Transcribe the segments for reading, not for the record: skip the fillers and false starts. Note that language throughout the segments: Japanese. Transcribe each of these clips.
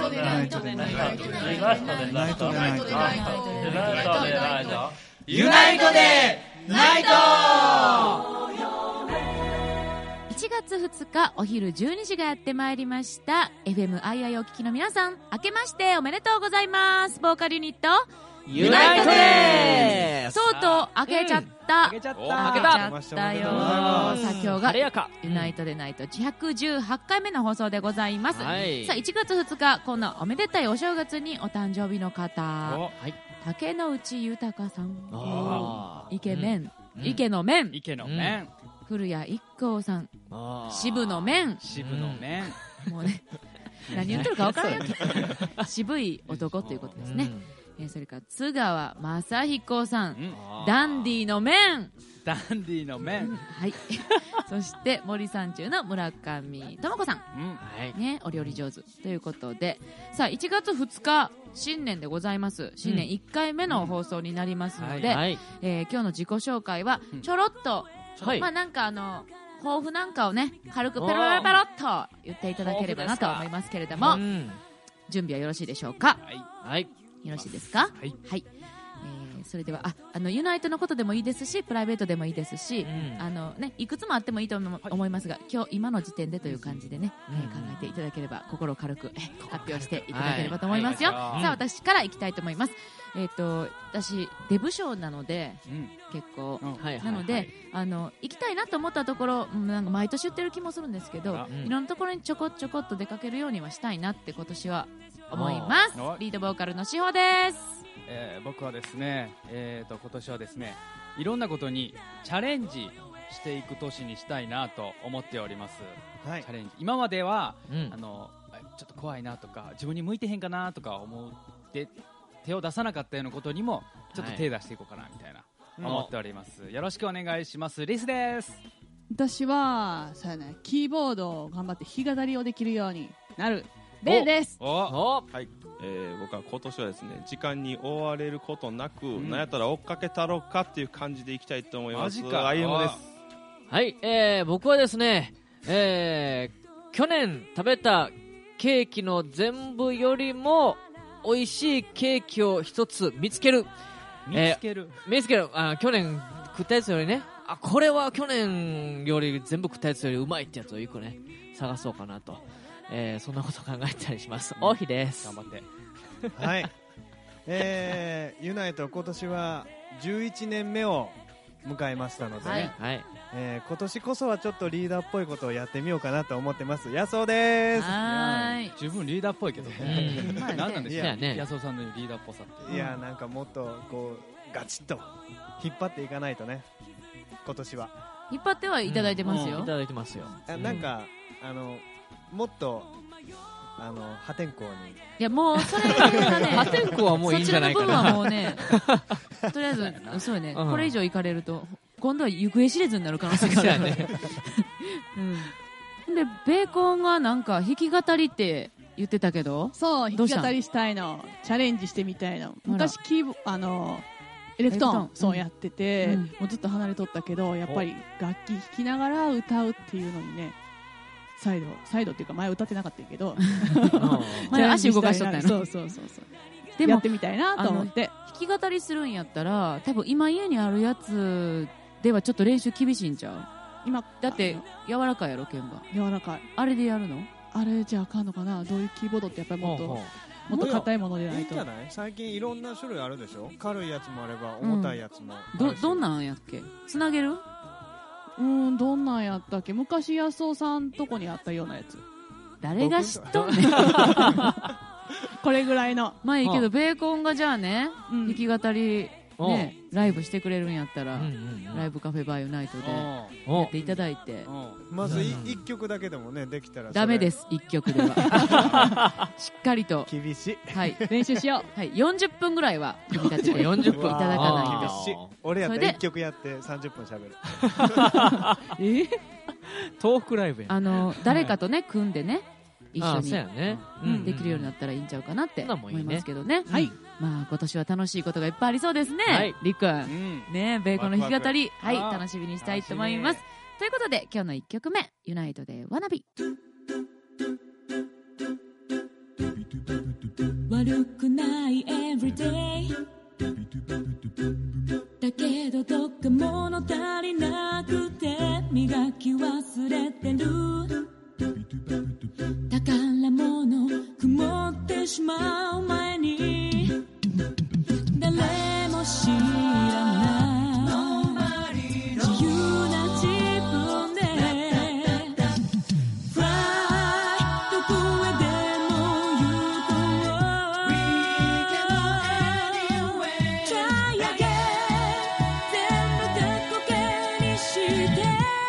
トでナイトでナイトでナイトでナイトでナイトでナイトユナイトでナイト。 1月2日お昼12時がやってまいりました。 FMII お聞きの皆さん、明けましておめでとうございます。ボーカルユニットユナイトでーす。 とうとう明けちゃった、 明けちゃったよ。さあ今日が晴れやかユナイトでナイト118回目の放送でございます。 はい、 さあ1月2日、このおめでたいお正月にお誕生日の方、 はい、 竹野内豊さん、イケメン、 うん、 池の麺、 池の麺、 古谷一行さん、渋の麺、 渋の麺、 もうね何言ってるか分からんよ渋い男ということですね。それから津川雅彦さん、ダンディの麺、 ダンディの麺、 はい。そして森三中の村上智子さん、ね、お料理上手ということで、さあ1月2日新年でございます。新年1回目の放送になりますので、今日の自己紹介はちょろっと、まあなんか抱負なんかをね軽くペロペロペロっと言っていただければなと思いますけれども、準備はよろしいでしょうか。 はい、 よろしいですか。 はい、 はい。それではユナイトのことでもいいですし、プライベートでもいいですし、いくつもあってもいいと思いますが、今の時点でという感じでね、考えていただければ、心を軽く発表していただければと思いますよ。さあ私からいきたいと思います。私デブ症なので、結構なので行きたいなと思ったところ、なんか毎年言ってる気もするんですけど、いろんなところにちょこっと出かけるようにはしたいなって今年は思います。リードボーカルのしほです。 僕はですね、今年はですね、いろんなことにチャレンジしていく年にしたいなと思っております。チャレンジ、今までは、ちょっと怖いなとか自分に向いてへんかなとか思って手を出さなかったようなことにもちょっと手出していこうかなみたいな、思っております。よろしくお願いします。リスです。 私はそうやね、キーボードを頑張って弾き語りをできるようになるレイです。 はい、僕は今年はですね、時間に追われることなく、なんやったら追っかけたろうかっていう感じでいきたいと思います。IM です。 はい、僕はですね、去年食べたケーキの全部よりも美味しいケーキを一つ見つける。 見つける。 去年食ったやつよりね、これは去年より全部食ったやつよりうまいってやつを一個ね探そうかなと。そんなこと考えたりします。おひです。 頑張って。 はい。ユナイト今年は11年目を迎えましたので、ね、今年こそはちょっとリーダーっぽいことをやってみようかなと思ってます。やそうです。 十分リーダーっぽいけどね。何なんですかね、やそうさんのリーダーっぽさって。 いや、なんかもっとこうガチッと引っ張っていかないとね。今年は引っ張ってはいただいてますよ。 いただいてますよ。 なんかもっと破天荒に。 いやもうそれがね破天荒はもういいんじゃないかな。 そっちの部分はもうねとりあえずそうよね、これ以上行かれると今度は行方知れずになる可能性があるね。でベーコンがなんか弾き語りって言ってたけど、 そう弾き語りしたいの、チャレンジしてみたいの。昔エレクトーンそうやってて、もうずっと離れとったけど、やっぱり楽器弾きながら歌うっていうのにね、サイドっていうか前歌ってなかったけど前足動かしとったやろ。 そうでもやってみたいなと思って。 弾き語りするんやったら多分今家にあるやつではちょっと練習厳しいんちゃう。 今だって柔らかいやろ、鍵盤。 柔らかい。 あれでやるの？ あれじゃあかんのかな。どういうキーボードってやっぱりもっと硬いものでないと。 いいんじゃない？最近いろんな種類あるでしょ。軽いやつもあれば重たいやつも。 どんなんやっけ？つなげる？ どんなんやったっけ。昔安尾さんとこにあったようなやつ。 誰が知っとんねんこれぐらいの。 まあいいけど、ベーコンがじゃあね、弾き語りね、ライブしてくれるんやったら、ライブカフェバーユナイトでやっていただいて、 まず1曲だけでもねできたら。 ダメです、1曲ではしっかりと厳しい。 練習しよう。 40分ぐらいは組み立てて 40分いただかないと。 俺やったら1曲やって30分しゃべる。 トークライブや。 誰かとね組んでね、一緒にできるようになったらいいんちゃうかなって思いますけどね。まあ今年は楽しいことがいっぱいありそうですね。りっくんね、ベーコンの弾き語り、楽しみにしたいと思います。ということで今日の1曲目、ユナイトでワナビ。 悪くない everyday だけどどっか物足りなくて磨き忘れてる宝物曇ってしまう前に誰も知らない自由な自分で Fly どこへでも行こう We can go anywhere Try again 全部過去形にして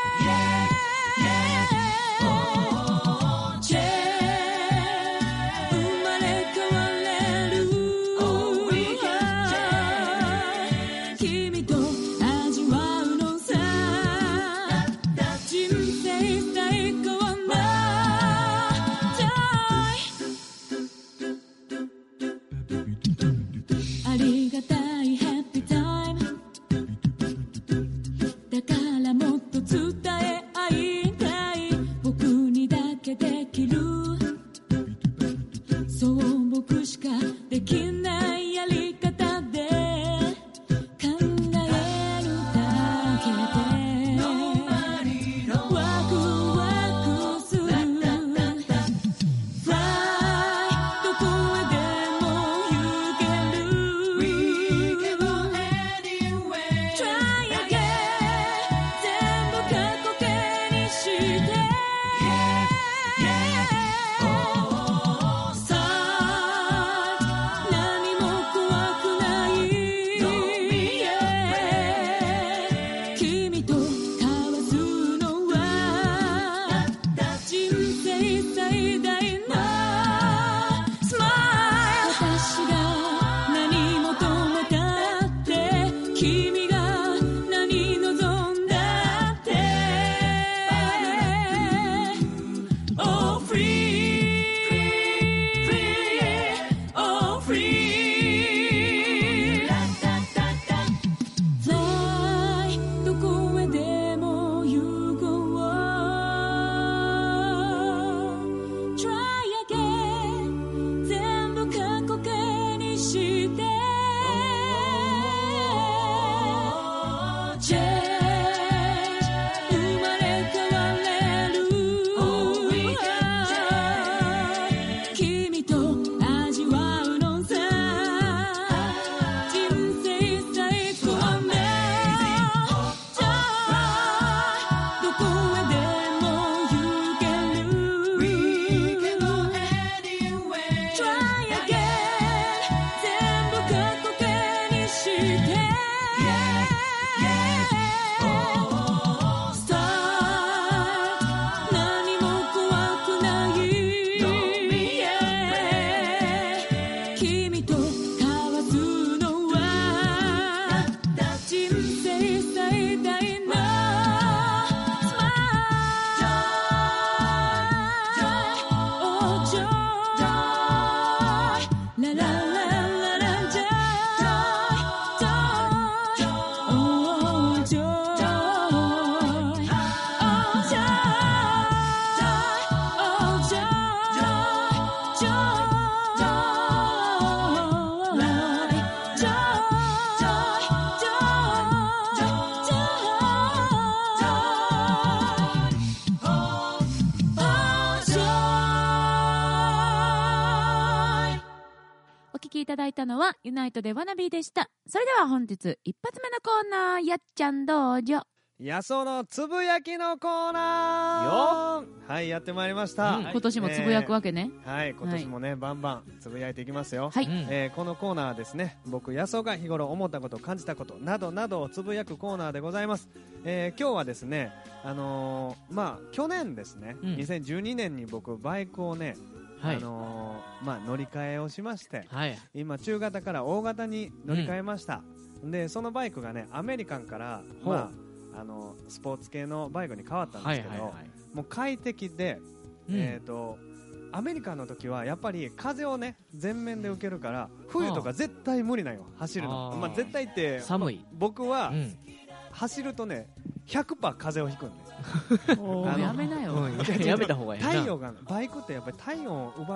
いただいたのはユナイトでワナビーでした。それでは本日一発目のコーナー、やっちゃんどうぞ。 やそのつぶやきのコーナー、はい、やってまいりました、 今年もつぶやくわけね、 はい、今年もね、バンバンつぶやいていきますよ、 はい、 このコーナーはですね、僕やそが日頃思ったこと感じたことなどなどをつぶやくコーナーでございます。今日はですね、去年ですね、2012年に僕バイクをね、乗り換えをしまして、今中型から大型に乗り換えました、でそのバイクがねアメリカンから、スポーツ系のバイクに変わったんですけど、もう快適で、アメリカンの時はやっぱり風をね全面で受けるから冬とか絶対無理なんよ、走るの。絶対って寒い。 僕は、走るとね 100% 風邪をひくんですやめなよ、 やめた方がいいな。 太陽がバイクってやっぱり体温を奪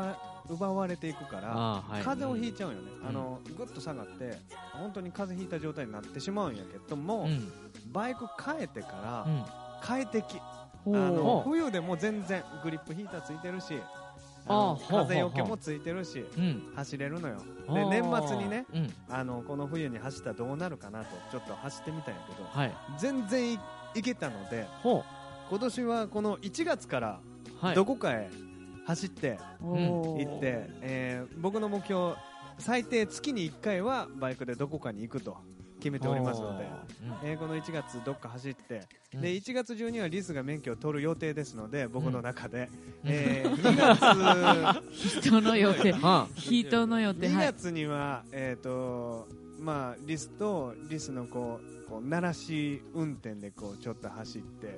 奪われていくから、 はい、 風邪をひいちゃうんよね、ぐっと下がって本当に風邪ひいた状態になってしまうんやけども、バイク変えてから快適、冬でも全然グリップヒーターついてるし、風よけもついてるし、走れるのよ。で年末にね、この冬に走ったらどうなるかなとちょっと走ってみたんやけど、全然いけたので、今年はこの1月からどこかへ走って行って、僕の目標最低月に1回はバイクでどこかに行くと決めておりますので、この1月どっか走って、で1月中にはリスが免許を取る予定ですので、僕の中で、2月人の予定人の予定 2月には、リスとリスのこう鳴らし運転でこうちょっと走って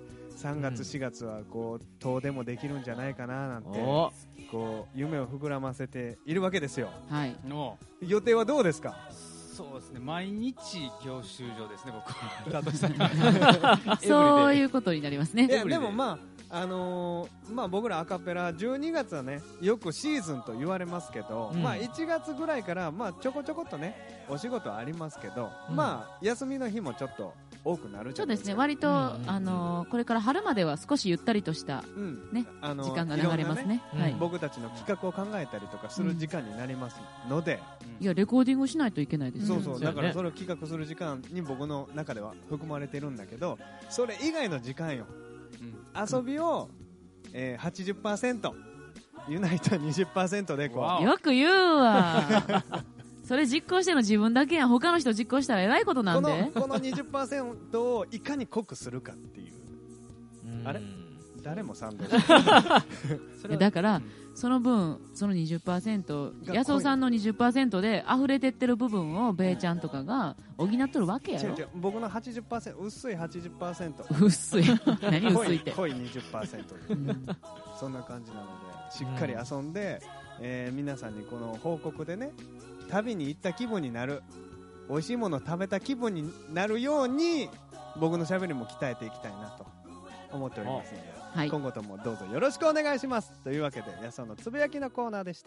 、3月4月はこう遠出もできるんじゃないかななんてこう夢を膨らませているわけですよ。予定はどうですか？ そうですね、毎日教習所ですね、僕は。 そういうことになりますね。 いやでも僕らアカペラ12月はねよくシーズンと言われますけど、1月ぐらいからちょこちょこっとねお仕事ありますけど、休みの日もちょっと多くなるじゃないですか。 そうですね、割と、これから春までは少しゆったりとした、時間が流れますね。 僕たちの企画を考えたりとかする時間になりますので、 いやレコーディングしないといけないですよね。そうだからそれを企画する時間に僕の中では含まれてるんだけど、それ以外の時間よ、遊びを、80% ユナイトは 20% でこう。 よく言うわそれ実行してるの自分だけやん。他の人実行したらえらいことなんで。 この 20% をいかに濃くするかっていう。あれ誰も賛同してだから、その分その 20% 安尾さんの 20% で溢れてってる部分をベイちゃんとかが補っとるわけやろ。 違う僕の 80% 薄い 80% 薄い何薄いって濃い 20% そんな感じなのでしっかり遊んで、皆さんにこの報告でね、旅に行った気分になる、美味しいものを食べた気分になるように僕のしゃべりも鍛えていきたいなと思っておりますので、今後ともどうぞよろしくお願いします。というわけで安尾のつぶやきのコーナーでした。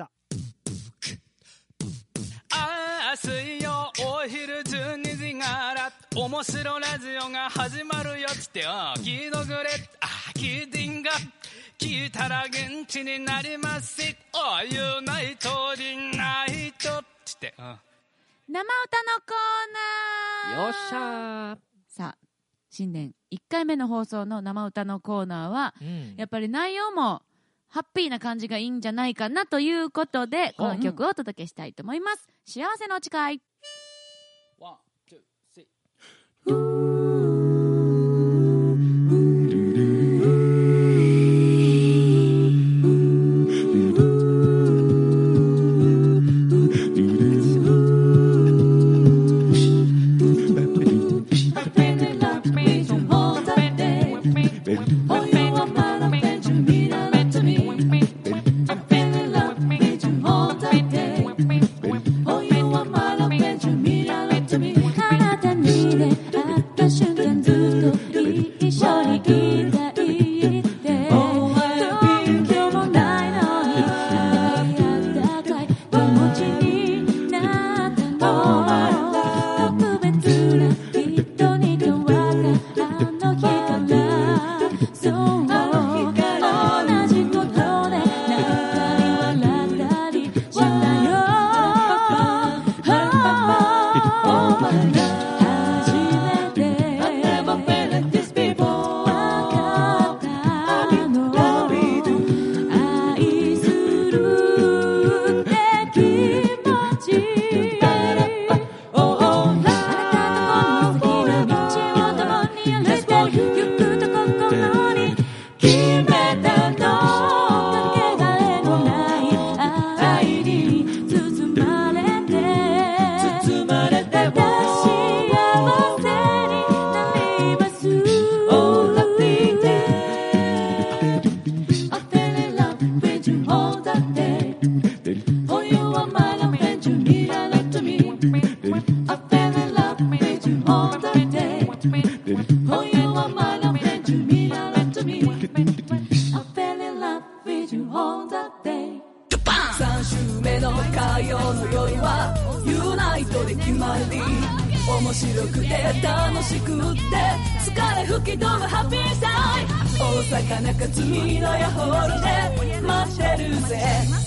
水曜お昼12時から面白ラジオが始まるよって聞いとくれ、聞いてんが聞いたら元気になりますし、ユナイトリナイトって生歌のコーナー。 よっしゃー。 さあ新年1回目の放送の生歌のコーナーは、やっぱり内容もハッピーな感じがいいんじゃないかなということで、この曲をお届けしたいと思います。幸せの誓い。 1、2、3 あなたに出会った太陽のよりはユナイトで決まり面白くて楽しくって疲れ吹き飛ぶハッピーサイ大阪中津美のヤホールで待ってるぜ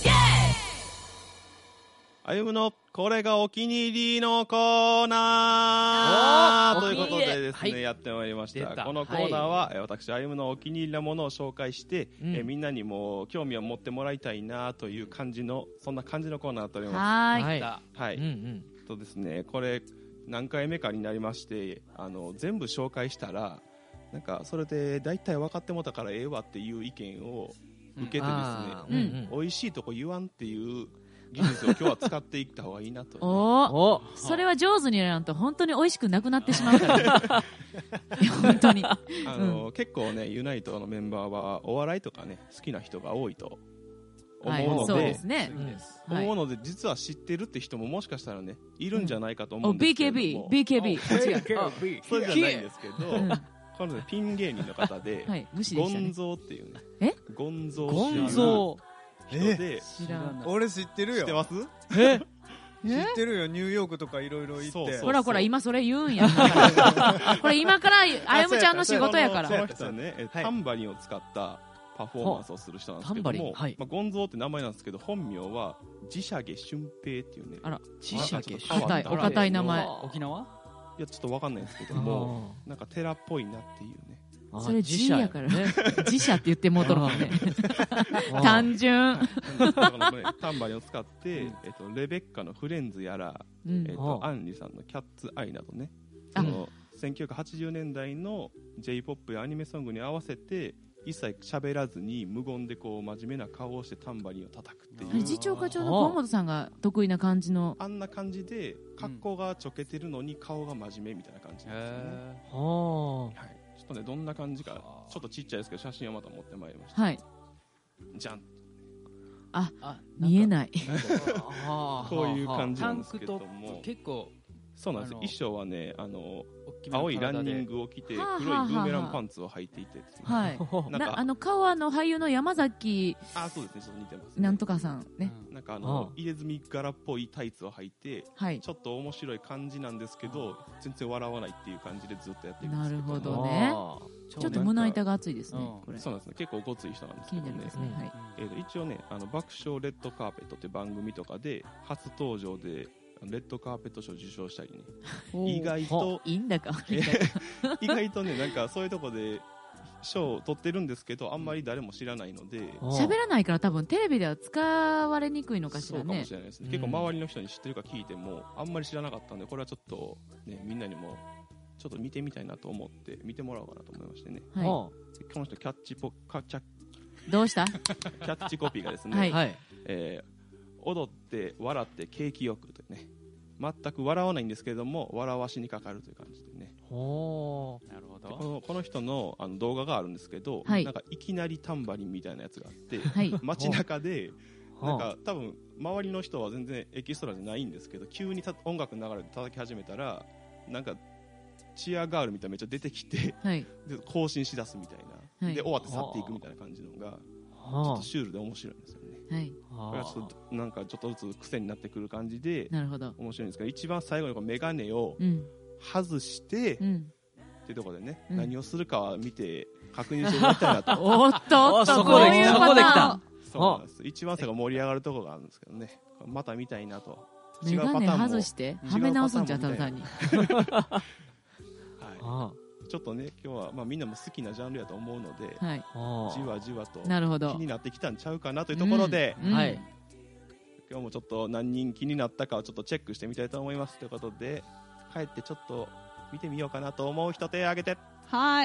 あゆむのこれがお気に入りのコーナーということでですね、やってまいりました。このコーナーは、私あゆむのお気に入りのものを紹介して、みんなにも興味を持ってもらいたいなという感じのそんな感じのコーナーになっております。はい。とですね、これ何回目かになりまして全部紹介したらなんかそれで大体分かってもったからええわっていう意見を受けてですね、美味しいとこ言わんっていう技術を今日は使っていった方がいいなと、ね、 それは上手にやらんと本当に美味しくなくなってしまうから本当に結構ねユナイトのメンバーはお笑いとかね好きな人が多いと思うので、 そうですね、 思うので実は知ってるって人ももしかしたらねいるんじゃないかと思うんですけども、 BKB それじゃないんですけど、このピン芸人の方でゴンゾーっていうね、ゴンゾー人で、 俺知ってるよ。 知ってます？ 知ってるよ。ニューヨークとかいろいろ行って。 ほらほら今それ言うんや。これ今からあゆむちゃんの仕事やから。 その人はねタンバリンを使ったパフォーマンスをする人なんですけども、ゴンゾーって名前なんですけど本名はジシャゲ俊平っていうね。 あら、ジシャゲお堅い名前。 沖縄？ いやちょっとわかんないんですけども、なんか寺っぽいなっていうね。 それ自社やからね。自社って言ってもうとるもんね。単純。 タンバリンを使って、レベッカのフレンズやら、アンリさんのキャッツアイなどね、1980年代の J-POP やアニメソングに合わせて一切喋らずに無言でこう真面目な顔をしてタンバリンを叩くっていう。 次長課長の河本さんが得意な感じの。 あんな感じで格好がちょけてるのに顔が真面目みたいな感じなんですよね。はい。ちょっとねどんな感じかちょっとちっちゃいですけど写真をまた持ってまいりました。 はい。 じゃん。 見えない。 こういう感じなんですけども。 結構そうなんです。衣装はね青いランニングを着て黒いブーメランパンツを履いていてですね。 はい。顔は俳優の山崎。 そうですね。ちょっと似てます。 なんとかさんね。 なんか入れ墨柄っぽいタイツを履いて、ちょっと面白い感じなんですけど全然笑わないっていう感じでずっとやってるんですけど。 なるほどね。ちょっと胸板が厚いですね。これ。 そうなんですね。結構ごつい人なんですけどね。一応ね爆笑レッドカーペットって番組とかで初登場でレッドカーペット賞受賞したりね。意外といいんだか意外とねなんかそういうとこで賞を取ってるんですけどあんまり誰も知らないので喋らないから多分テレビでは使われにくいのかしらね。 そうかもしれないですね。結構周りの人に知ってるか聞いてもあんまり知らなかったんでこれはちょっとねみんなにもちょっと見てみたいなと思って見てもらおうかなと思いましてね。この人どうしたキャッチコピーがですね、踊って笑って景気よくというね全く笑わないんですけれども笑わしにかかるという感じでね。 なるほど。 この人の動画があるんですけど、なんかいきなりタンバリンみたいなやつがあって、街中でなんか多分周りの人は全然エキストラじゃないんですけど急に音楽の流れで叩き始めたらなんかチアガールみたいなめっちゃ出てきて、で行進しだすみたいな、で終わって去っていくみたいな感じのがちょっとシュールで面白いんですよね。これはちょっとなんかちょっとずつ癖になってくる感じで面白いんですけど一番最後にメガネを外してっていうところでね何をするかは見て確認してもらいたいなと。 おっとそこで来た。 そうなんです。一番最後盛り上がるところがあるんですけどねまた見たいなと。 メガネ外してはめ直すんじゃただ単に。 ちょっとね今日はみんなも好きなジャンルやと思うので、じわじわと気になってきたんちゃうかなというところで、今日もちょっと何人気になったかをちょっとチェックしてみたいと思いますということで帰ってちょっと見てみようかなと思う人手を挙げて。 はい。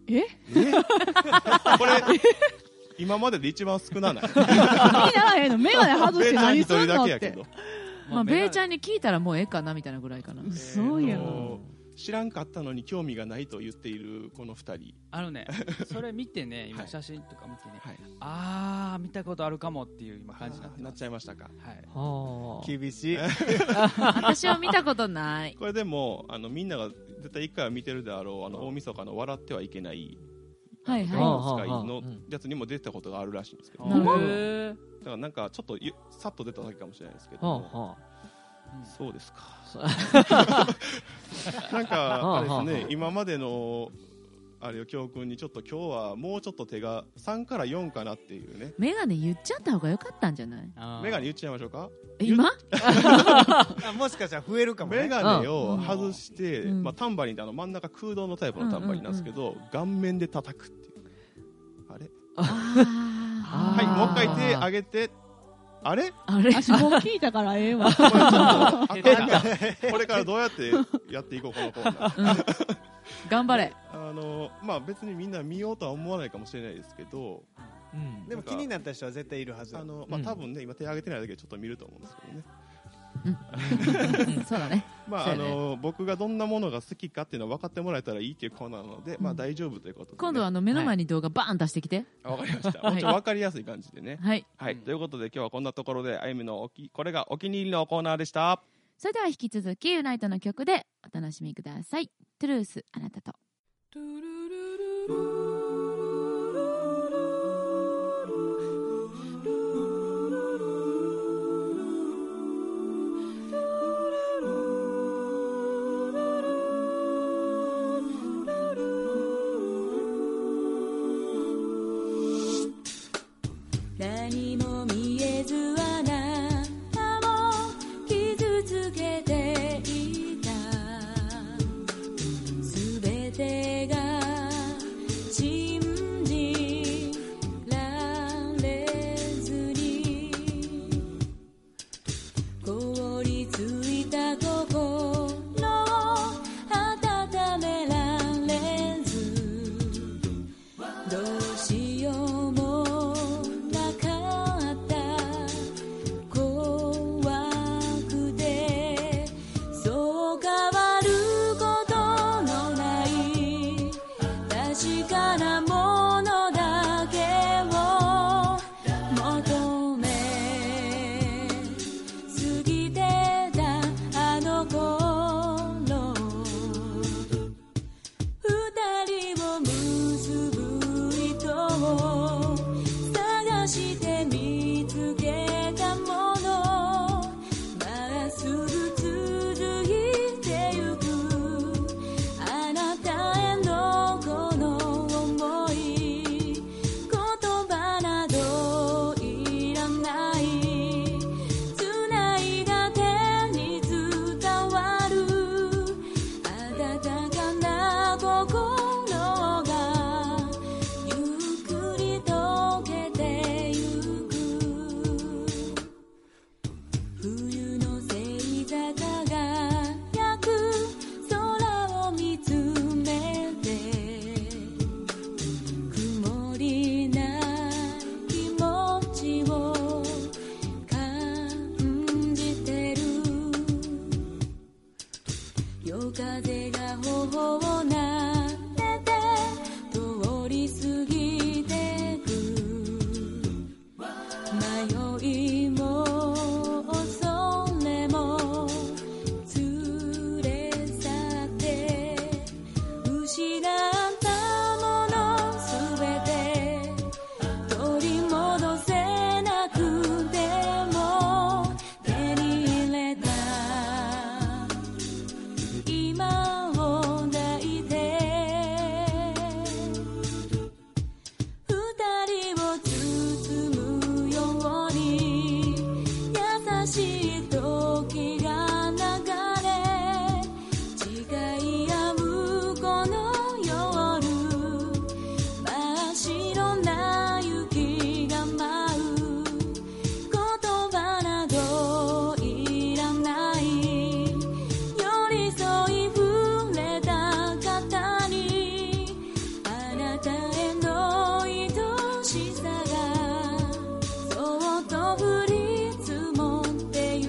これ今までで一番少なない。 メガネ外して何するのって。 ベイちゃんに聞いたらもうええかなみたいなぐらいかな。 そうやん。 知らんかったのに興味がないと言っているこの2人それ見てね今写真とか見てね、見たことあるかもっていう今感じになっちゃいましたか。 厳しい。 私は見たことない。 これでもみんなが絶対1回は見てるであろう大晦日の笑ってはいけないはいはい、スカイのやつにも出てたことがあるらしいんですけど、だからなんかちょっとさっと出ただけかもしれないですけど、そうですかなんかあれですね、今までのあれを教訓にちょっと今日はもうちょっと手が3から4かなっていうね。 メガネ言っちゃった方が良かったんじゃない？ メガネ言っちゃいましょうか今もしかしたら増えるかもね。 メガネを外して、まあ、タンバリンって真ん中空洞のタイプのタンバリンなんですけど、顔面で叩くっていう。あれはい、もう一回手上げて、あれ足も聞いたからええわこれからどうやってやっていこうこのコーナー頑張れ。 まあ別にみんな見ようとは思わないかもしれないですけど、 でも気になった人は絶対いるはず。 まあ多分ね、今手上げてないだけでちょっと見ると思うんですけどね。 そうだね。 まあ僕がどんなものが好きかっていうのを分かってもらえたらいいっていうコーナーなので、まあ大丈夫ということで。 今度は目の前に動画バーン出してきて。 わかりました。もうちょっと分かりやすい感じでね。 はい。 はい。ということで今日はこんなところであゆみのこれがお気に入りのコーナーでした。 それでは引き続きユナイトの曲でお楽しみください。トゥルース、あなたと。 何も見えずあなたも傷つけていた。すべてが信じられずに凍りついた心を温められず、どうしようも風が頬を撫でて通り過ぎてく、迷いも恐れも連れ去って失ったものすべて取り戻せなくても手に入れた今を抱いて二人を包むように優しい時が流れ誓い合うこの夜真っ白な雪が舞う言葉などいらない寄り添い触れた肩にあなたへの愛しさがそっと降り積もってゆ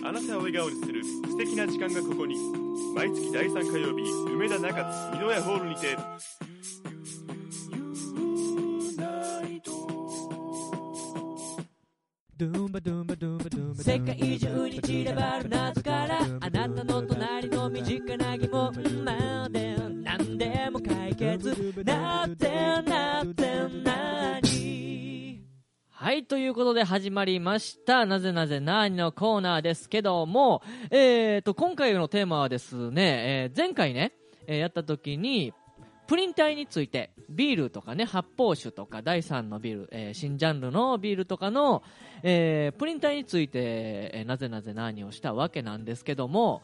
あなたを笑顔にする素敵な時間がここに。毎月第3火曜日、梅田中津美濃屋ホールにて。 世界中に散らばる謎からあなたの隣の身近な疑問まで何でも解決なってなに。はい、ということで始まりましたなぜなぜなーにのコーナーですけども、今回のテーマはですね、前回ね、やった時にプリン体についてビールとかね発泡酒とか第3のビール、新ジャンルのビールとかの、プリン体について、なぜなぜ何をしたわけなんですけども、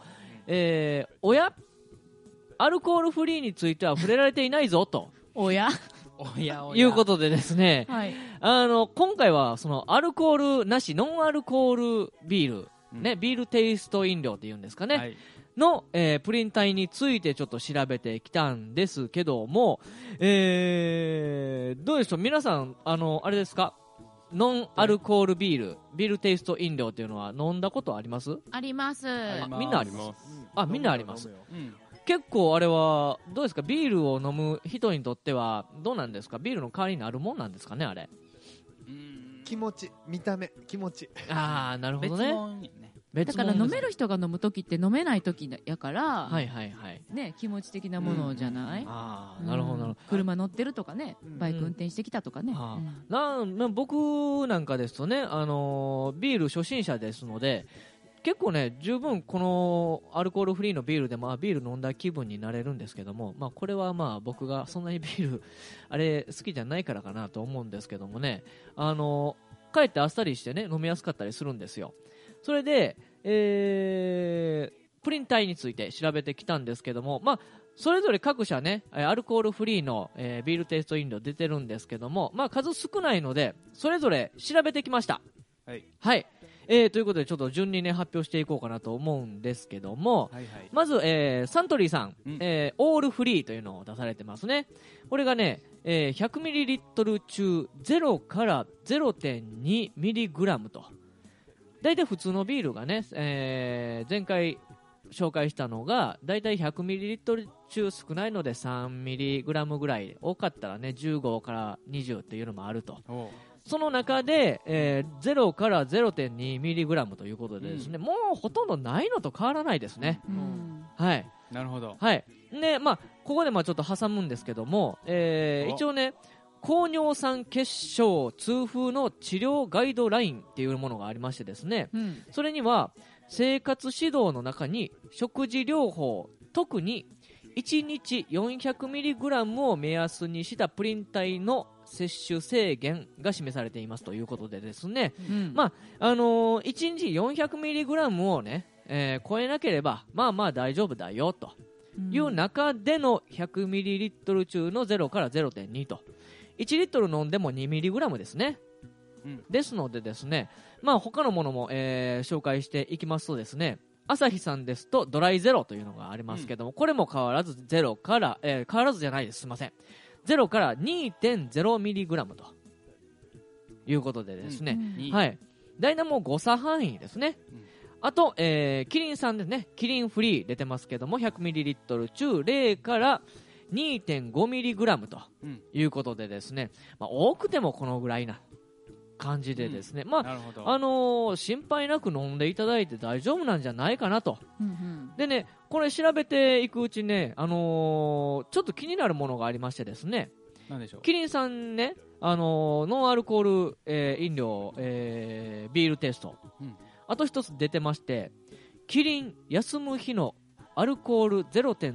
アルコールフリーについては触れられていないぞということでですね、はい、今回はそのアルコールなしノンアルコールビール、ね、ビールテイスト飲料っていうんですかね、はいの、プリン体についてちょっと調べてきたんですけども、どうでしょう皆さん、あれですか、ノンアルコールビールテイスト飲料っていうのは飲んだことあります？ あります。 みんなあります。みんなあります。結構あれはどうですか、ビールを飲む人にとってはどうなんですか、ビールの代わりになるもんなんですかね、あれ。 気持ち、見た目、気持ち。 なるほどね。 だから飲める人が飲むときって飲めないときやから、 はいはいはいね、気持ち的なものじゃない、 なるほど、 車乗ってるとかね、バイク運転してきたとかね、 僕なんかですとね、ビール初心者ですので結構ね十分このアルコールフリーのビールでもビール飲んだ気分になれるんですけども、これは僕がそんなにビールあれ好きじゃないからかなと思うんですけどもね、かえってあっさりしてね飲みやすかったりするんですよ。それで、プリン体について調べてきたんですけども、それぞれ各社ねアルコールフリーの、ビールテイスト飲料出てるんですけども、数少ないのでそれぞれ調べてきました。はい、はい、ということでちょっと順にね発表していこうかなと思うんですけども、はいはい、まず、サントリーさん、オールフリーというのを出されてますね。これがね、100ml 中0から 0.2mg と、大体普通のビールがね、前回紹介したのが大体 100ml 中少ないので 3mg ぐらい、多かったらね15から20っていうのもあると。その中で、0から 0.2mg ということでですね、もうほとんどないのと変わらないですね。はい。 なるほど。 はい。で、ここでちょっと挟むんですけども、一応ね高尿酸血症痛風の治療ガイドラインっていうものがありましてですね、それには生活指導の中に食事療法、特に1日 400mg を目安にしたプリン体の摂取制限が示されていますということでですね、1日 400mg をね、超えなければ大丈夫だよという中での 100ml 中の0から 0.2 と、1リットル飲んでも 2mg ですね、ですのでですね、他のものも、紹介していきますとですね、アサヒさんですとドライゼロというのがありますけども、これも変わらず0から、変わらずじゃないです、すいません、0から 2.0mg ということでですね、はい、ダイナモ誤差範囲ですね。あと、キリンさんですね、キリンフリー出てますけども 100ml 中0から 2.5mg ということでですね、多くてもこのぐらいな感じでですね、心配なく飲んでいただいて大丈夫なんじゃないかなと、でね、これ調べていくうちね、ちょっと気になるものがありましてですね、 何でしょう。 キリンさんね、ノンアルコール、飲料、ビールテイスト、あと一つ出てまして、キリン休む日のアルコール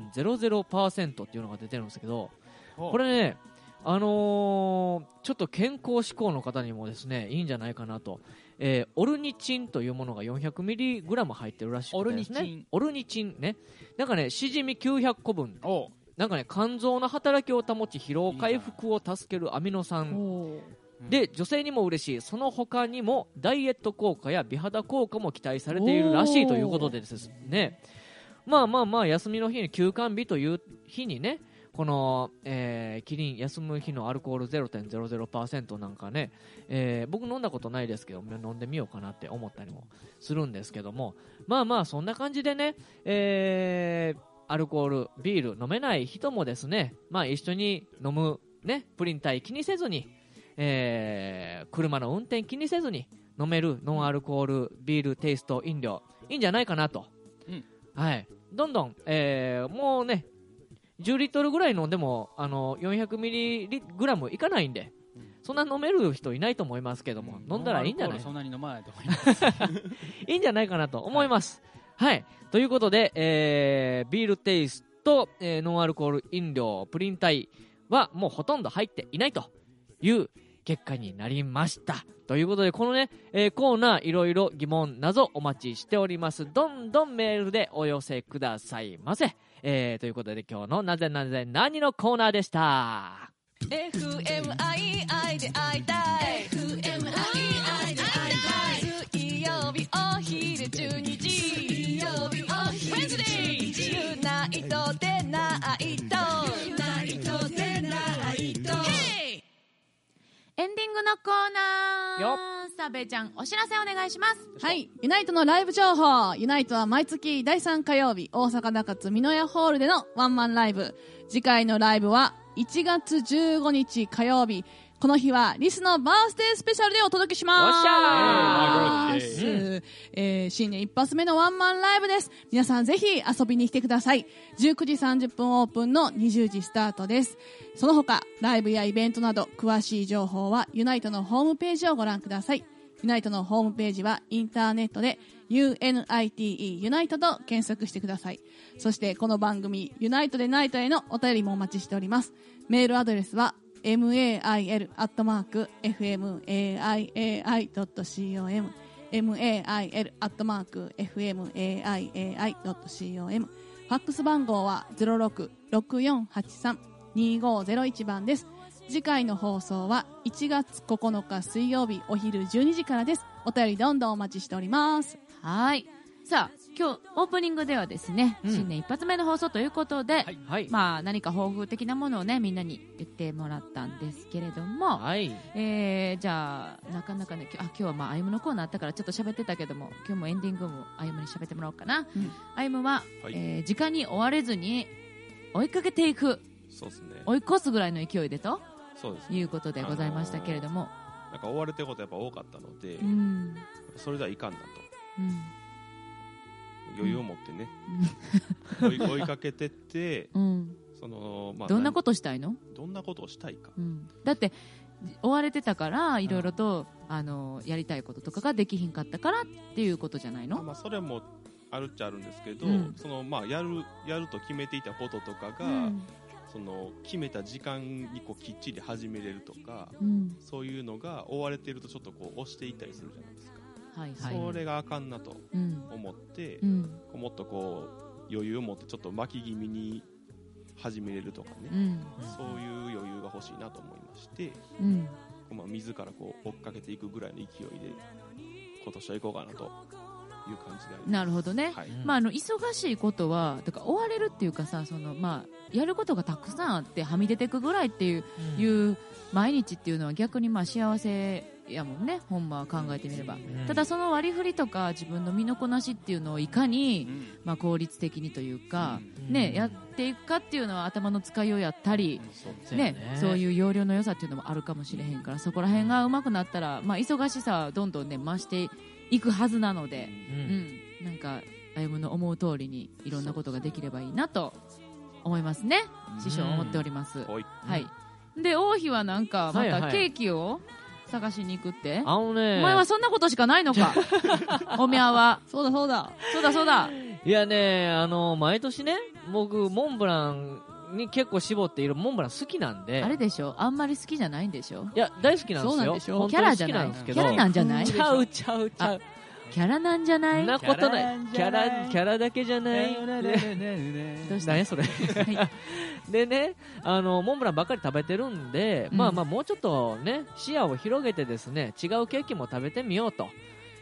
0.00% っていうのが出てるんですけど、これね、ちょっと健康志向の方にもですねいいんじゃないかなと、オルニチンというものが 400mg 入ってるらしくてですね、オルニチンね、なんかねしじみ900個分、なんかね肝臓の働きを保ち疲労回復を助けるアミノ酸で、女性にも嬉しい、その他にもダイエット効果や美肌効果も期待されているらしいということでですね、休みの日に休館日という日にね、 この、キリン休む日のアルコール 0.00% なんかね、僕飲んだことないですけど飲んでみようかなって思ったりもするんですけども、まあまあそんな感じでね、アルコールビール飲めない人もですね、まあ一緒に飲むね、プリン体気にせずに、車の運転気にせずに飲めるノンアルコールビールテイスト飲料いいんじゃないかなと、はい、どんどん、もうね10リットルぐらい飲んでも400ミリグラムいかないんで、そんな飲める人いないと思いますけども、飲んだらいいんじゃない、 そんなに飲まないと思いますいいんじゃないかなと思います、はい、ということで、ビールテイスト、ノンアルコール飲料プリン体はもうほとんど入っていないという結果になりました。ということでこのね、コーナーいろいろ疑問謎お待ちしております。どんどんメールでお寄せくださいませ。ということで今日のなぜなぜ何のコーナーでした。 FMII で会いたい FMII で会いたい水曜日お昼12時水曜日お昼12時ユナイトでナイトユナイトでナイトエンディングのコーナー、サベちゃんお知らせお願いします。 はい、ユナイトのライブ情報。ユナイトは毎月第3火曜日大阪中津美濃屋ホールでのワンマンライブ。次回のライブは1月15日火曜日。この日はリスのバースデースペシャルでお届けします。新年一発目のワンマンライブです。皆さんぜひ遊びに来てください。19時30分オープンの20時スタートです。その他ライブやイベントなど詳しい情報はユナイトのホームページをご覧ください。ユナイトのホームページはインターネットで UNITE ユナイトと検索してください。そしてこの番組ユナイトでナイトへのお便りもお待ちしております。メールアドレスはmail@fmaiai.com mail@fmaiai.com ファックス番号は 0664832501 番です。次回の放送は1月9日水曜日お昼12時からです。お便りどんどんお待ちしております。 はい。さあ今日オープニングではですね、新年一発目の放送ということで、まあ何か抱負的なものをねみんなに言ってもらったんですけれども、じゃあなかなかね今日はまあアイムのコーナーあったからちょっと喋ってたけども、今日もエンディングもアイムに喋ってもらおうかな。アイムは、時間に追われずに追いかけていく、 そうですね、 追い越すぐらいの勢いでとそうです、ね、 いうことでございましたけれども、 なんか追われてることやっぱ多かったので、それではいかんなと、余裕を持ってね、追いかけてって、そのまあ、 どんなことしたいの？ どんなことをしたいか、 だって追われてたからいろいろと、やりたいこととかができひんかったからっていうことじゃないの？ まあ、それもあるっちゃあるんですけど、そのまあ、やると決めていたこととかが、その決めた時間にこうきっちり始めれるとか、そういうのが追われているとちょっとこう押していったりするじゃないですか。それがあかんなと思って、もっとこう余裕を持ってちょっと巻き気味に始めれるとかね、そういう余裕が欲しいなと思いまして、まあ、自らこう追っかけていくぐらいの勢いで今年は行こうかなという感じであります。 なるほどね、まあ、忙しいことはだから追われるっていうかさ、まあ、やることがたくさんあってはみ出てくぐらいっていう、毎日っていうのは逆にまあ幸せやもんね、ほんま考えてみれば、ただその割り振りとか自分の身のこなしっていうのをいかに、まあ、効率的にというか、やっていくかっていうのは頭の使いようやったり、そういう要領の良さっていうのもあるかもしれへんから、そこら辺がうまくなったら、まあ、忙しさはどんどんね増していくはずなので、なんか歩夢の思う通りにいろんなことができればいいなと思いますね。師匠思っております。はい。で王妃はなんかまたケーキを探しに行くって、お前はそんなことしかないのかおみゃは。そうだいやね、毎年ね僕モンブランに結構絞っているモンブラン好きなんで。 あれでしょ、あんまり好きじゃないんでしょ。 いや大好きなんですよ。 そうなんでしょ。キャラじゃない、キャラなんじゃない。 ちゃうキャラなんじゃない。 そんなことない。キャラだけじゃない。 どうした何それでね、モンブランばっかり食べてるんで、まあまあもうちょっとね視野を広げてですね、違うケーキも食べてみようと、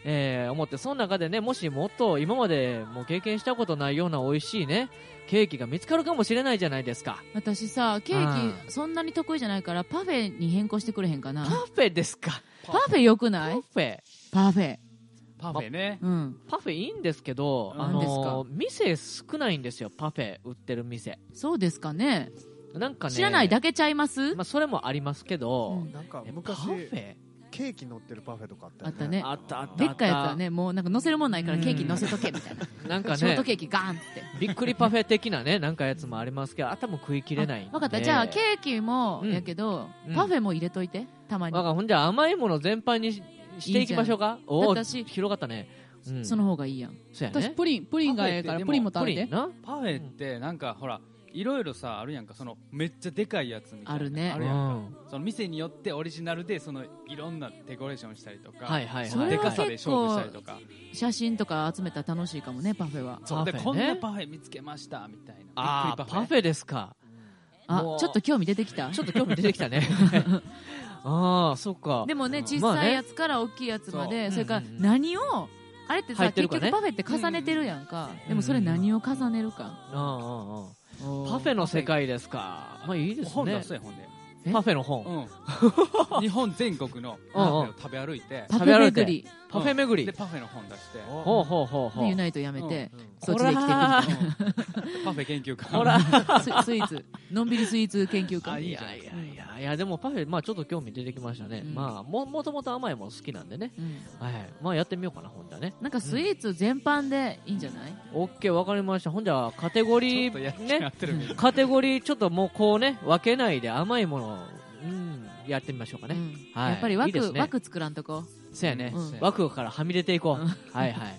思って、その中でね、もしもっと今までもう経験したことないような美味しいね、ケーキが見つかるかもしれないじゃないですか。 私さ、ケーキそんなに得意じゃないからパフェに変更してくれへんかな。 パフェですか。 パフェよくない？ パフェ。 パフェ。 パフェね。 うん。 パフェいいんですけど、店少ないんですよ、パフェ売ってる店。 そうですかね。 なんかね、 知らないだけちゃいます？ まあそれもありますけど、 なんか昔パフェケーキ乗ってるパフェとかあったね。 あったあった。 でっかいやつはね、もうなんか乗せるもんないからケーキ乗せとけみたいな。 なんかね、 ショートケーキガーンって。 びっくりパフェ的なね、なんかやつもありますけど、あたも食い切れないんで。 分かった。じゃあケーキもやけど、パフェも入れといて、たまに。 ほんじゃ甘いもの全般にしていきましょうか。おー、広がったね。 その方がいいやん。 そうやね。 私プリンがええからプリンも食べて。 パフェってなんかほら、いろいろさあるやんか、そのめっちゃでかいやつみたいなあるね。 あるやんか。その店によってオリジナルでそのいろんなデコレーションしたりとか、でかさで勝負したりとか、 写真とか集めたら楽しいかもね、パフェは。 そうで、こんなパフェ見つけましたみたいな。 ああ、パフェですか。 あ、ちょっと興味出てきた。 ちょっと興味出てきたね。ああ、そっか。 でもね、小さいやつから大きいやつまで、それから何をあれってさ、結局パフェって重ねてるやんか。でもそれ何を重ねるか。パフェの世界ですか。まあいいですね。 本出すや本で。 パフェの本。 日本全国のパフェを食べ歩いて。 パフェ巡り。 パフェ巡り。 で、パフェの本出して。 ほうほうほうほう。 で、ユナイトやめて、そっちで来てくれた。 パフェ研究家。 ほら、スイーツ。のんびりスイーツ研究家。 いや、でもパフェ、まあちょっと興味出てきましたね。まあ、もともと甘いもの好きなんでね。はい。まあやってみようかな、ほんじゃね。 なんかスイーツ全般でいいんじゃない？ オッケー、わかりました。ほんじゃ、カテゴリー、ね。カテゴリー、ちょっともうこうね、分けないで甘いものを、やってみましょうかね。 やっぱり枠作らんとこ。 そうやね。枠からはみ出ていこう。はいはい。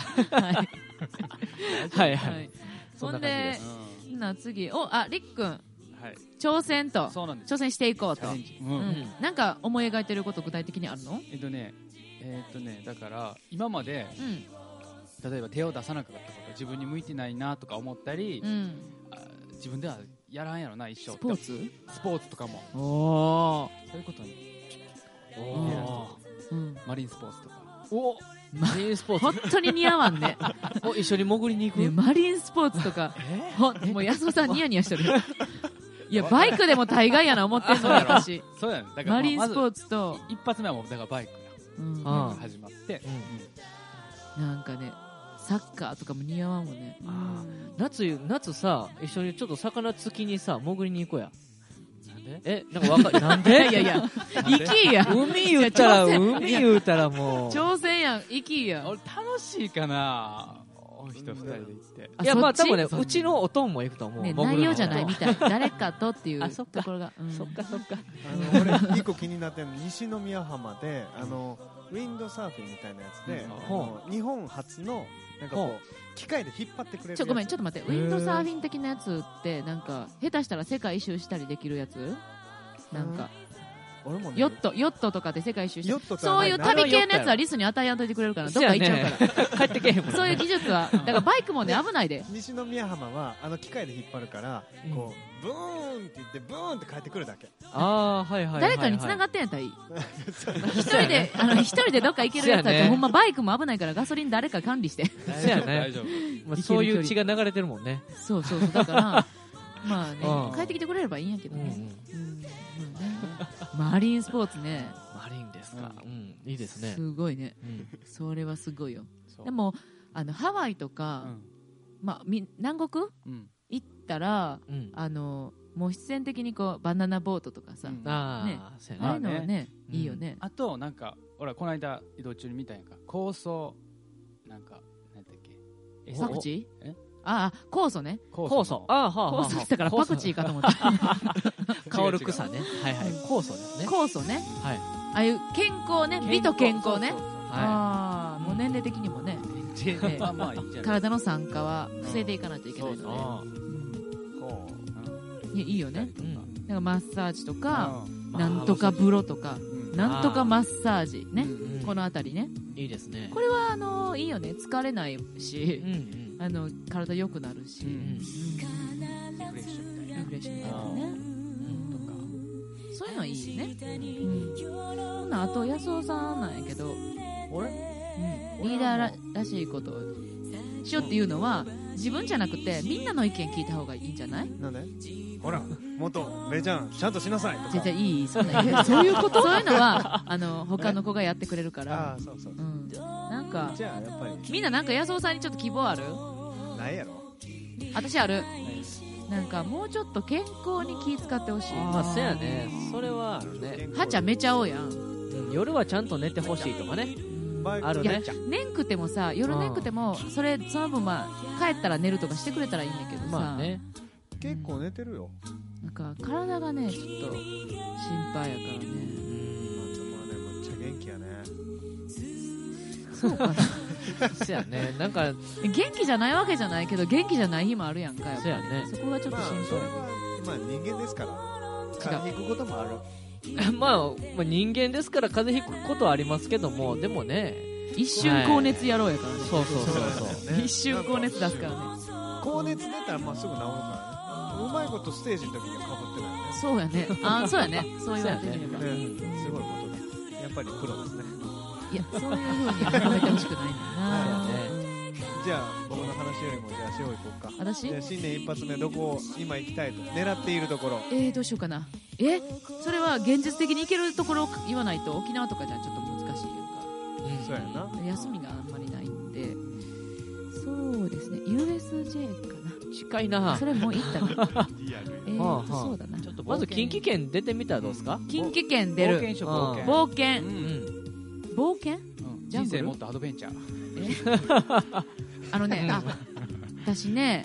はいはい。 そんで、次、りっくん。挑戦していこうと。なんか思い描いてること具体的にあるの？ だから今まで例えば手を出さなかったこと、自分に向いてないなとか思ったり、自分ではやらんやろな一生。スポーツとかも。そういうことに。マリンスポーツとか。 マリンスポーツ。 本当に似合わんね。 一緒に潜りに行く。 マリンスポーツとか。もう安尾さんニヤニヤしてる。いや、バイクでも大概やな思ってんの私。 そうやね。 だからマリンスポーツと一発目はもうだからバイク始まって、 なんかね、サッカーとかも似合わんもんね。 夏さ、一緒にちょっと魚つきにさ、潜りに行こうや。なんかなんで？ いや、行きや。 海言うたらもう。 挑戦やん、行きや。 俺楽しいかな。人2人で行って。 いや、まあ多分ね、うちのおとんも行くと思う。 内容じゃないみたい。誰かとっていうところが。 そっか。 俺、一個気になってるの、西宮浜で、ウィンドサーフィンみたいなやつで、日本初の、なんかこう、機械で引っ張ってくれる。 ごめん、ちょっと待って。ウィンドサーフィン的なやつって、なんか、下手したら世界一周したりできるやつ？なんか。ヨットとかで世界一周してそういう旅系のやつはリスに与えやんといてくれるからどっか行っちゃうから帰ってけへんもん。 そういう技術はだからバイクもね危ないで。 西宮浜は機械で引っ張るからこうブーンって言ってブーンって帰ってくるだけ。 誰かに繋がってんやったらいい。一人でどっか行けるやつはほんまバイクも危ないからガソリン誰か管理して。 そうやね。そういう血が流れてるもんね。 そうだからまあね帰ってきてくれればいいんやけどね。マリンスポーツね。 マリンですか。いいですね。 すごいね。それはすごいよ。でもハワイとか、まあ南国行ったらもう必然的にこうバナナボートとかさ、ね、ああいうのはねいいよね。 あとなんかほらこの間移動中に見たやんか、酵素なんか何だっけ、 パクチー？酵素ね。 酵素。 酵素したからパクチーかと思った。 香る草ね。はいはい。酵素ですね。 酵素ね。 はい。 ああいう健康ね。美と健康ね。もう年齢的にもね。体の酸化は防いでいかないといけないので。いいよね。なんかマッサージとか、なんとか風呂とか、なんとかマッサージね。このあたりね。 いいですね。 これはいいよね。疲れないし。体良くなるし、リフレッシュみたいなね、そういうのいいね。あと安尾さんなんやけど、 リーダーらしいことをしようっていうのは自分じゃなくてみんなの意見聞いた方がいいんじゃない？ なんで？ほら、もっとレイちゃんちゃんとしなさいとか。 じゃいい、そんなそういうことそういうのは他の子がやってくれるから。 そうそう、 なんかじゃあやっぱりみんななんか安尾さんにちょっと希望ある？ ないやろ。 私ある。なんかもうちょっと健康に気使ってほしい。 まあそうやね、それはあるね。 はちゃめちゃおうやん。 夜はちゃんと寝てほしいとかね。あるね。 寝んくてもさ、夜寝んくてもその分帰ったら寝るとかしてくれたらいいんだけどさ。 まあね。 結構寝てるよ。 なんか体がねちょっと心配やからね。 めっちゃ元気やね。 そうかな。 そうやね。なんか元気じゃないわけじゃないけど元気じゃない日もあるやんか。やっぱりそうやね。 そこがちょっと心配。まあ人間ですから。風邪ひくこともある。 まあ人間ですから風邪ひくことはありますけども、でもね、 一瞬高熱やろうやからね。 そう。 一瞬高熱出すからね。 高熱出たらまあすぐ治るからね。うまいことステージの時にはかぶってないね。 そうやね。そうやね。そう言われてみれば。 すごいことだ。やっぱりプロですね。 いや、そういう風にはめてほしくないんだな。 じゃあ僕の話よりもじゃあしお行こうか。 私？ 新年一発目どこ今行きたいと狙っているところ。 どうしようかな。それは現実的に行けるところを言わないと沖縄とかじゃちょっと難しいやんか。 そうやな。 休みがあんまりないんで。そうですね。USJ かな。 近いな。 それもう行ったな。そうだな。 ちょっとまず近畿圏出てみたらどうですか？ 近畿圏出る。冒険。冒険？ 人生もっとアドベンチャー。 私ね、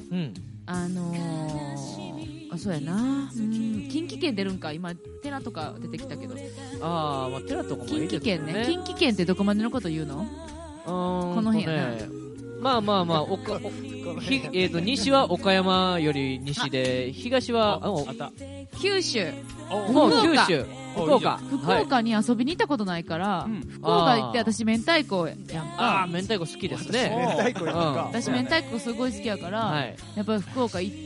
そうやな、近畿圏出るんか。今寺とか出てきたけど、 まあ寺とかもいいですね。 近畿圏ね。近畿圏ってどこまでのこと言うの？この辺やな。 まあ西は岡山より西で、東は九州。 福岡に遊びに行ったことないから、福岡行って私明太子やんか。 明太子好きですね。 私明太子すごい好きやから、やっぱり福岡行って。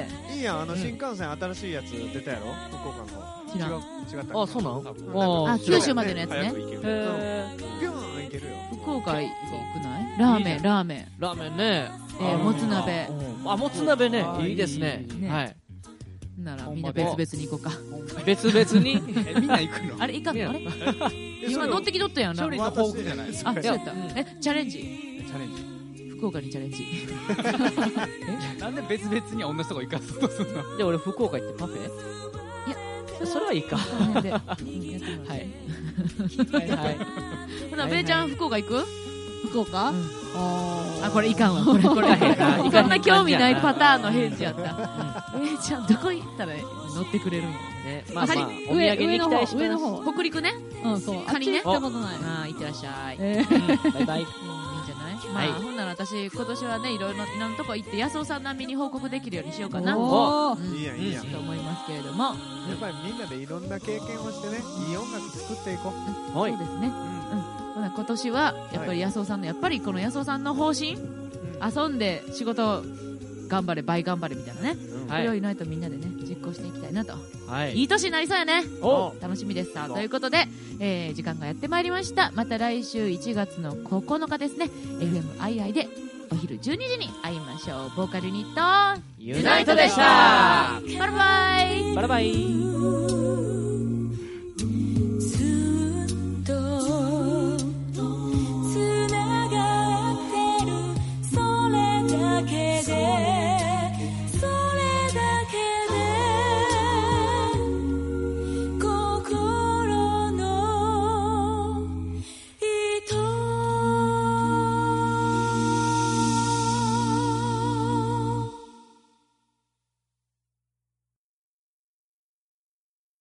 いいやん、新幹線新しいやつ出たやろ、福岡の。 知らん。 違った。 そうなの？ 九州までのやつね。 ピューン行けるよ。 福岡行くない？ラーメンね。 もつ鍋。 もつ鍋ね、いいですね。はい。 ならみんな別々に行こうか。 別々にみんな行くの？ あれ行かんの？あれ今乗ってきとったやん。 処理の豊富じゃない？ そうやった。チャレンジ。福岡にチャレンジ。 なんで別々に同じとこ行かそうとするの？ で俺福岡行ってパフェ？いやそれはいいか。はい。 ほなべーちゃん福岡行く？福岡？これいかんわ。これそんな興味ないパターンの返事やった。ちゃんどこ行ったら乗ってくれるんやね。 まあお土産に期待してます。 北陸ね。 そう。 カニね。 行ったことない。 いってらっしゃい。 バイバイ。いいんじゃない？ほんなら私今年はねいろいろなとこ行って安尾さん並みに報告できるようにしようかな。 いいやんいいやんと思いますけれども。 やっぱりみんなでいろんな経験をしてね、いい音楽作っていこう。 そうですね。今年はやっぱり安尾さんのこの安尾さんの方針、遊んで仕事頑張れ倍頑張れみたいなね、これをユナイトみんなでね実行していきたいなと、いい年になりそうやね。楽しみですさ。ということで、時間がやってまいりました。また来週1月の9日ですね、 FMII でお昼12時に会いましょう。ボーカルユニットユナイトでした。 バイバイ。 バイバイ。